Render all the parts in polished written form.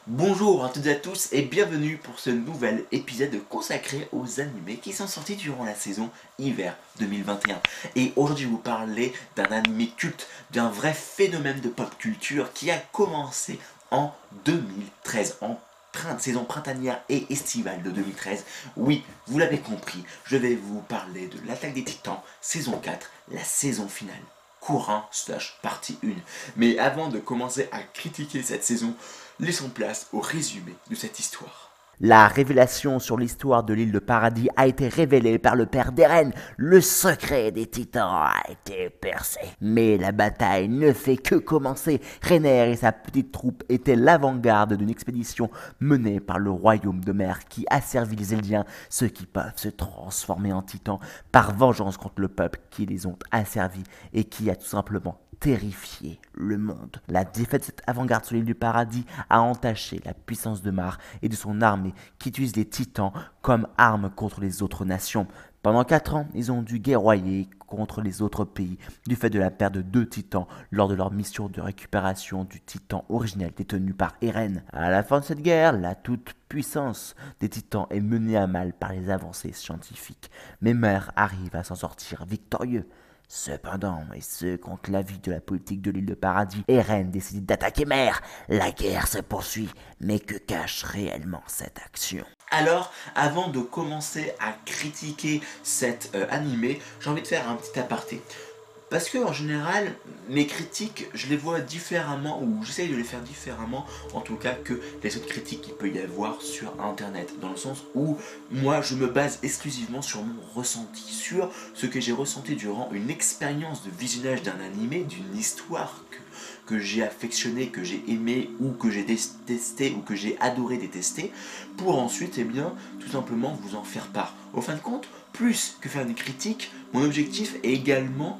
Bonjour à toutes et à tous et bienvenue pour ce nouvel épisode consacré aux animés qui sont sortis durant la saison hiver 2021. Et aujourd'hui je vais vous parler d'un animé culte, d'un vrai phénomène de pop culture qui a commencé en 2013, saison printanière et estivale de 2013. Oui, vous l'avez compris, je vais vous parler de l'Attaque des Titans, saison 4, la saison finale. Courant / partie 1. Mais avant de commencer à critiquer cette saison, laissons place au résumé de cette histoire. La révélation sur l'histoire de l'île de Paradis a été révélée par le père d'Eren. Le secret des titans a été percé. Mais la bataille ne fait que commencer. Reiner et sa petite troupe étaient l'avant-garde d'une expédition menée par le royaume de mer qui asservit les Eldiens, ceux qui peuvent se transformer en titans, par vengeance contre le peuple qui les ont asservis et qui a tout simplement terrifié le monde. La défaite de cette avant-garde sur l'île du paradis a entaché la puissance de Mar et de son armée qui utilise les titans comme arme contre les autres nations. Pendant 4 ans, ils ont dû guerroyer contre les autres pays du fait de la perte de 2 titans lors de leur mission de récupération du titan originel détenu par Eren. À la fin de cette guerre, la toute-puissance des titans est menée à mal par les avancées scientifiques, mais Mer arrive à s'en sortir victorieux. Cependant, et ce contre l'avis de la politique de l'île de Paradis, Eren décide d'attaquer Mer. La guerre se poursuit, mais que cache réellement cette action? Alors, avant de commencer à critiquer cet animé, j'ai envie de faire un petit aparté. Parce que en général, mes critiques, je les vois différemment, ou j'essaye de les faire différemment, en tout cas que les autres critiques qu'il peut y avoir sur internet. Dans le sens où moi, je me base exclusivement sur mon ressenti, sur ce que j'ai ressenti durant une expérience de visionnage d'un animé, d'une histoire que j'ai affectionné, que j'ai aimé, ou que j'ai détesté, ou que j'ai adoré détester, pour ensuite, eh bien, tout simplement vous en faire part. Au fin de compte, plus que faire des critiques, mon objectif est également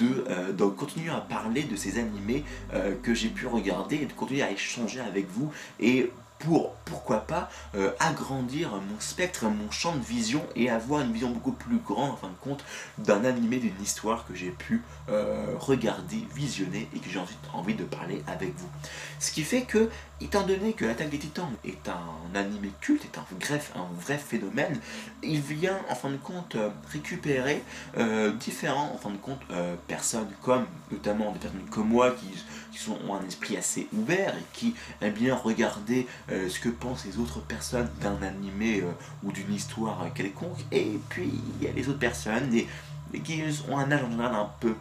de continuer à parler de ces animés que j'ai pu regarder et de continuer à échanger avec vous et pourquoi pas agrandir mon spectre, mon champ de vision et avoir une vision beaucoup plus grande en fin de compte d'un animé, d'une histoire que j'ai pu regarder, visionner et que j'ai ensuite envie de parler avec vous. Ce qui fait que, étant donné que l'Attaque des Titans est un animé culte, est un vrai phénomène, il vient en fin de compte récupérer différents en fin de compte personnes comme notamment des personnes comme moi qui ont un esprit assez ouvert et qui aiment bien regarder ce que pensent les autres personnes d'un animé ou d'une histoire quelconque, et puis il y a les autres personnes qui ont un âge en général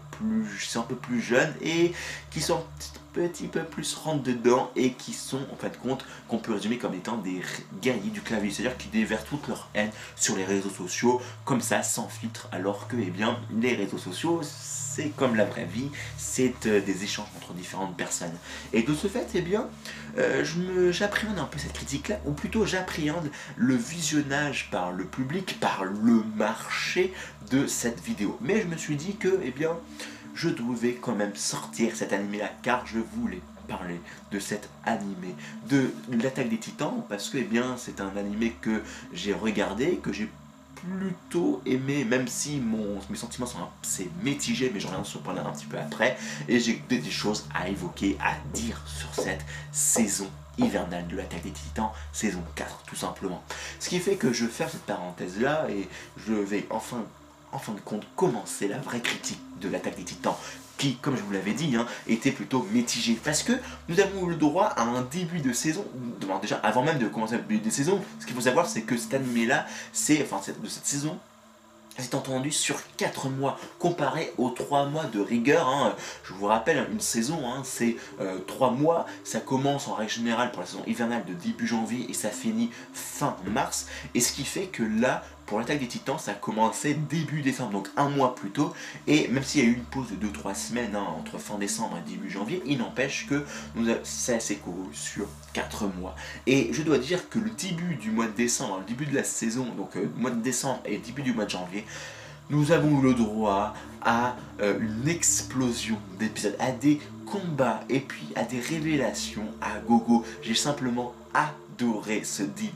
un peu plus jeune et qui sont un petit peu plus rentre dedans et qui sont en fin de compte qu'on peut résumer comme étant des guerriers du clavier, c'est-à-dire qui déversent toute leur haine sur les réseaux sociaux comme ça sans filtre, alors que eh bien les réseaux sociaux c'est comme la vraie vie, c'est des échanges entre différentes personnes. Et de ce fait, eh bien, j'appréhende un peu cette critique-là, ou plutôt j'appréhende le visionnage par le public, par le marché de cette vidéo. Mais je me suis dit que, eh bien, je devais quand même sortir cet animé-là, car je voulais parler de cet animé, de l'Attaque des Titans, parce que, eh bien, c'est un animé que j'ai regardé, que j'ai plutôt aimé, même si mes sentiments sont assez mitigés, mais j'en reviens sur parler un petit peu après, et j'ai des choses à évoquer, à dire sur cette saison hivernale de l'Attaque des Titans, saison 4 tout simplement. Ce qui fait que je vais faire cette parenthèse là, et je vais en fin de compte commencer la vraie critique de l'Attaque des Titans, qui, comme je vous l'avais dit, était plutôt mitigé. Parce que nous avons eu le droit à un début de saison, déjà avant même de commencer le début de saison, ce qu'il faut savoir c'est que cet animé-là, de cette saison, c'est entendu sur 4 mois, comparé aux 3 mois de rigueur. Je vous rappelle, une saison, c'est 3 mois, ça commence en règle générale pour la saison hivernale de début janvier et ça finit fin mars. Et ce qui fait que là, pour l'Attaque des Titans, ça a commencé début décembre, donc un mois plus tôt. Et même s'il y a eu une pause de 2-3 semaines entre fin décembre et début janvier, il n'empêche que ça s'est couru sur 4 mois. Et je dois dire que le début du mois de décembre, le début de la saison, donc mois de décembre et le début du mois de janvier, nous avons eu le droit à une explosion d'épisodes, à des combats et puis à des révélations à gogo. J'ai simplement adoré ce début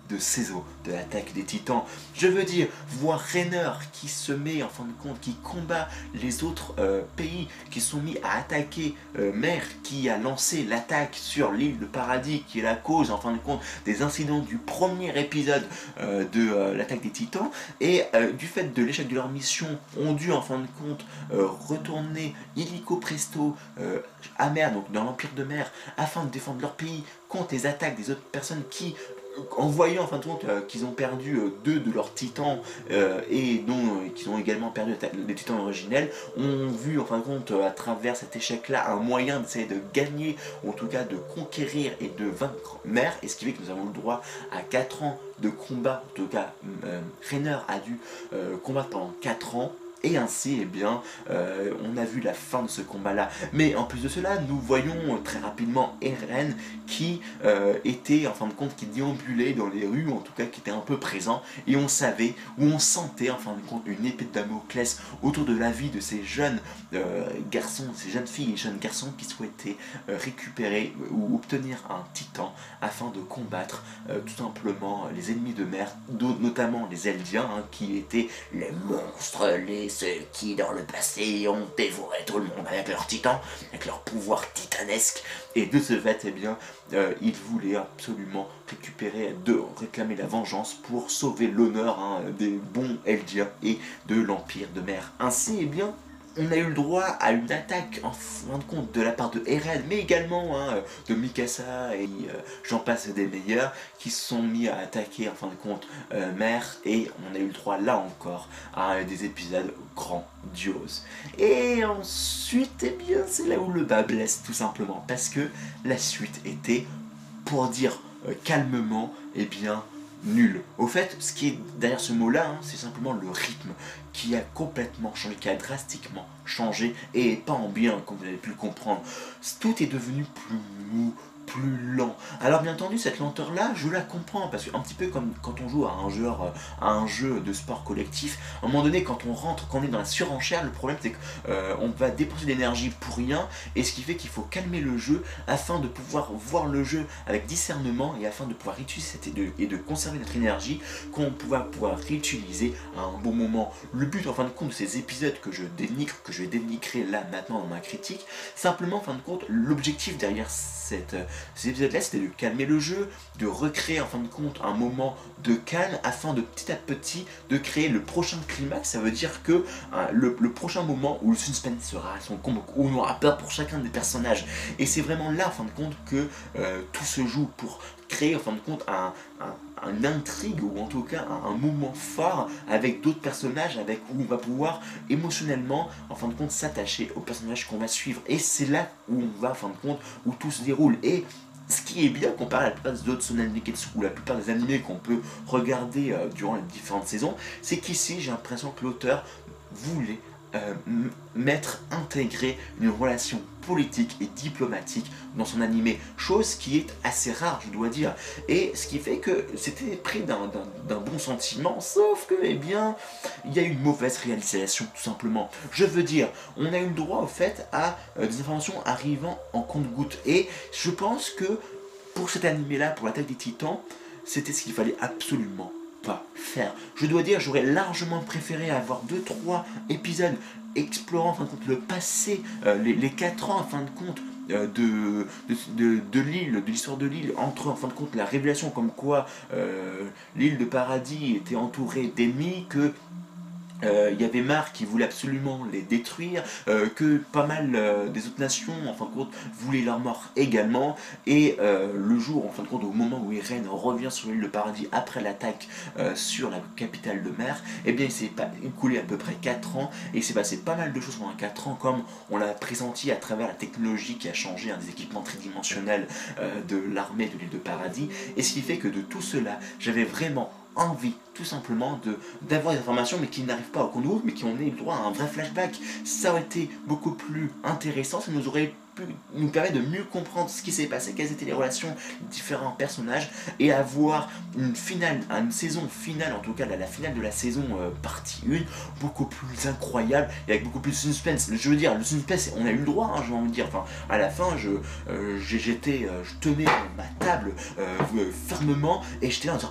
de saison de l'attaque des Titans. Je veux dire, voir Rainer qui se met en fin de compte, qui combat les autres pays qui sont mis à attaquer Mer, qui a lancé l'attaque sur l'île de Paradis, qui est la cause en fin de compte des incidents du premier épisode de l'attaque des Titans, et du fait de l'échec de leur mission, ont dû en fin de compte retourner illico presto à Mer, donc dans l'Empire de Mer, afin de défendre leur pays contre les attaques des autres personnes qui, en voyant en fin de compte qu'ils ont perdu deux de leurs titans et dont qu'ils ont également perdu les titans originels, ont vu en fin de compte à travers cet échec là un moyen d'essayer de gagner, ou en tout cas de conquérir et de vaincre Mer, et ce qui fait que nous avons le droit à 4 ans de combat. En tout cas Rainer a dû combattre pendant 4 ans. Et ainsi, eh bien, on a vu la fin de ce combat-là. Mais en plus de cela, nous voyons très rapidement Eren qui était, en fin de compte, qui déambulait dans les rues, en tout cas qui était un peu présent. Et on savait, ou on sentait, en fin de compte, une épée de Damoclès autour de la vie de ces jeunes garçons, ces jeunes filles et jeunes garçons qui souhaitaient récupérer ou obtenir un titan afin de combattre tout simplement les ennemis de Mer, notamment les Eldiens, hein, qui étaient les monstres, ceux qui dans le passé ont dévoré tout le monde avec leur titan, avec leur pouvoir titanesque, et de ce fait, eh bien, ils voulaient absolument réclamer la vengeance pour sauver l'honneur des bons Eldiens et de l'Empire de Mer. Ainsi, eh bien, on a eu le droit à une attaque en fin de compte de la part de Eren, mais également de Mikasa et j'en passe des meilleurs, qui se sont mis à attaquer en fin de compte Mer, et on a eu le droit là encore à des épisodes grandioses. Et ensuite, eh bien, c'est là où le bas blesse tout simplement, parce que la suite était, pour dire calmement, eh bien, nul. Au fait, ce qui est derrière ce mot-là, c'est simplement le rythme qui a complètement changé, qui a drastiquement changé, et pas en bien, comme vous avez pu le comprendre. Tout est devenu plus mou, plus lent. Alors bien entendu, cette lenteur-là, je la comprends, parce que un petit peu comme quand on joue à un jeu de sport collectif, à un moment donné, quand on est dans la surenchère, le problème c'est qu'on va dépenser de l'énergie pour rien, et ce qui fait qu'il faut calmer le jeu afin de pouvoir voir le jeu avec discernement, et afin de pouvoir réutiliser et de conserver notre énergie qu'on va pouvoir réutiliser à un bon moment. Le but en fin de compte de ces épisodes que je vais dénigrer là maintenant dans ma critique, simplement en fin de compte, l'objectif derrière ces épisodes-là, c'était de calmer le jeu, de recréer en fin de compte un moment de calme afin de petit à petit de créer le prochain climax. Ça veut dire que le prochain moment où le suspense sera à son comble, où on aura peur pour chacun des personnages. Et c'est vraiment là en fin de compte que tout se joue, pour créer en fin de compte une intrigue, ou en tout cas un moment fort avec d'autres personnages, où on va pouvoir émotionnellement en fin de compte s'attacher aux personnages qu'on va suivre. Et c'est là où on va en fin de compte, où tout se déroule. Et ce qui est bien comparé à la plupart des autres Shonen Neketsu ou la plupart des animés qu'on peut regarder durant les différentes saisons, c'est qu'ici j'ai l'impression que l'auteur voulait intégrer une relation politique et diplomatique dans son animé, chose qui est assez rare, je dois dire, et ce qui fait que c'était pris d'un bon sentiment, sauf que, eh bien, il y a eu une mauvaise réalisation, tout simplement. Je veux dire, on a eu le droit, au fait, à des informations arrivant en compte-gouttes, et je pense que pour cet animé-là, pour l'attaque des Titans, c'était ce qu'il fallait absolument pas faire. Je dois dire, j'aurais largement préféré avoir 2-3 épisodes explorant en fin de compte le passé, les 4 ans en fin de compte de l'île, de l'histoire de l'île, entre en fin de compte la révélation comme quoi l'île de Paradis était entourée d'ennemis, que il y avait Mar qui voulait absolument les détruire, que pas mal des autres nations en fin de compte voulaient leur mort également, et le jour en fin de compte, au moment où Eren revient sur l'île de Paradis après l'attaque sur la capitale de Mer, eh bien il s'est écoulé à peu près 4 ans, et il s'est passé pas mal de choses pendant 4 ans, comme on l'a pressenti à travers la technologie qui a changé, des équipements tridimensionnels de l'armée de l'île de Paradis, et ce qui fait que de tout cela, j'avais vraiment envie tout simplement d'avoir des informations, mais qui n'arrivent pas au compte-gouttes, mais qui ont eu le droit à un vrai flashback. Ça aurait été beaucoup plus intéressant, ça nous aurait pu nous permettre de mieux comprendre ce qui s'est passé, quelles étaient les relations des différents personnages, et avoir une finale, une saison finale, en tout cas la finale de la saison partie 1, beaucoup plus incroyable, et avec beaucoup plus de suspense. Je veux dire, le suspense, on a eu le droit, j'ai envie de dire, enfin, à la fin, je tenais ma table fermement, et j'étais là en disant, mais waouh,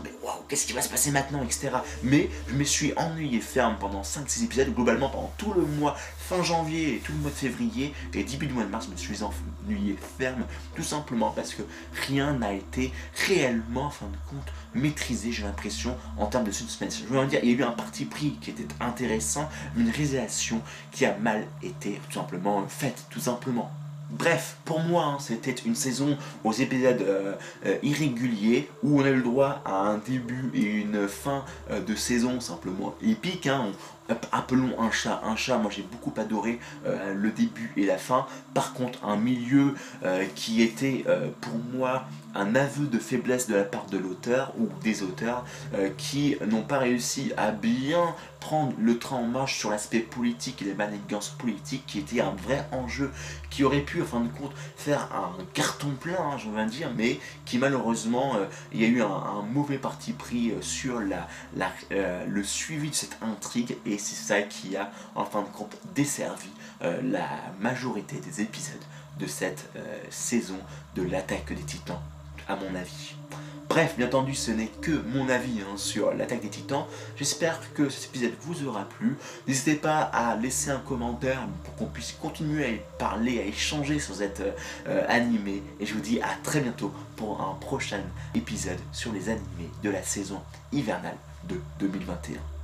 qu'est-ce qui va se passer maintenant, etc. Mais je me suis ennuyé ferme pendant 5-6 épisodes, globalement pendant tout le mois, fin janvier et tout le mois de février et début du mois de mars, je me suis ennuyé ferme, tout simplement parce que rien n'a été réellement, en fin de compte, maîtrisé, j'ai l'impression, en termes de suspense. Je veux dire, il y a eu un parti pris qui était intéressant, mais une réalisation qui a mal été, tout simplement, faite, tout simplement. Bref, pour moi, hein, c'était une saison aux épisodes irréguliers où on a eu le droit à un début et une fin de saison simplement épique. Hein. Appelons un chat un chat. Moi, j'ai beaucoup adoré le début et la fin. Par contre, un milieu qui était pour moi un aveu de faiblesse de la part de l'auteur ou des auteurs qui n'ont pas réussi à bien prendre le train en marche sur l'aspect politique et les manigances politiques qui était un vrai enjeu qui aurait pu en fin de compte faire un carton plein, hein, je veux dire, mais qui malheureusement il y a eu un mauvais parti pris sur le suivi de cette intrigue et c'est ça qui a en fin de compte desservi la majorité des épisodes de cette saison de l'attaque des Titans, à mon avis. Bref, bien entendu, ce n'est que mon avis hein, sur l'attaque des Titans. J'espère que cet épisode vous aura plu. N'hésitez pas à laisser un commentaire pour qu'on puisse continuer à parler, à échanger sur cet animé. Et je vous dis à très bientôt pour un prochain épisode sur les animés de la saison hivernale de 2021.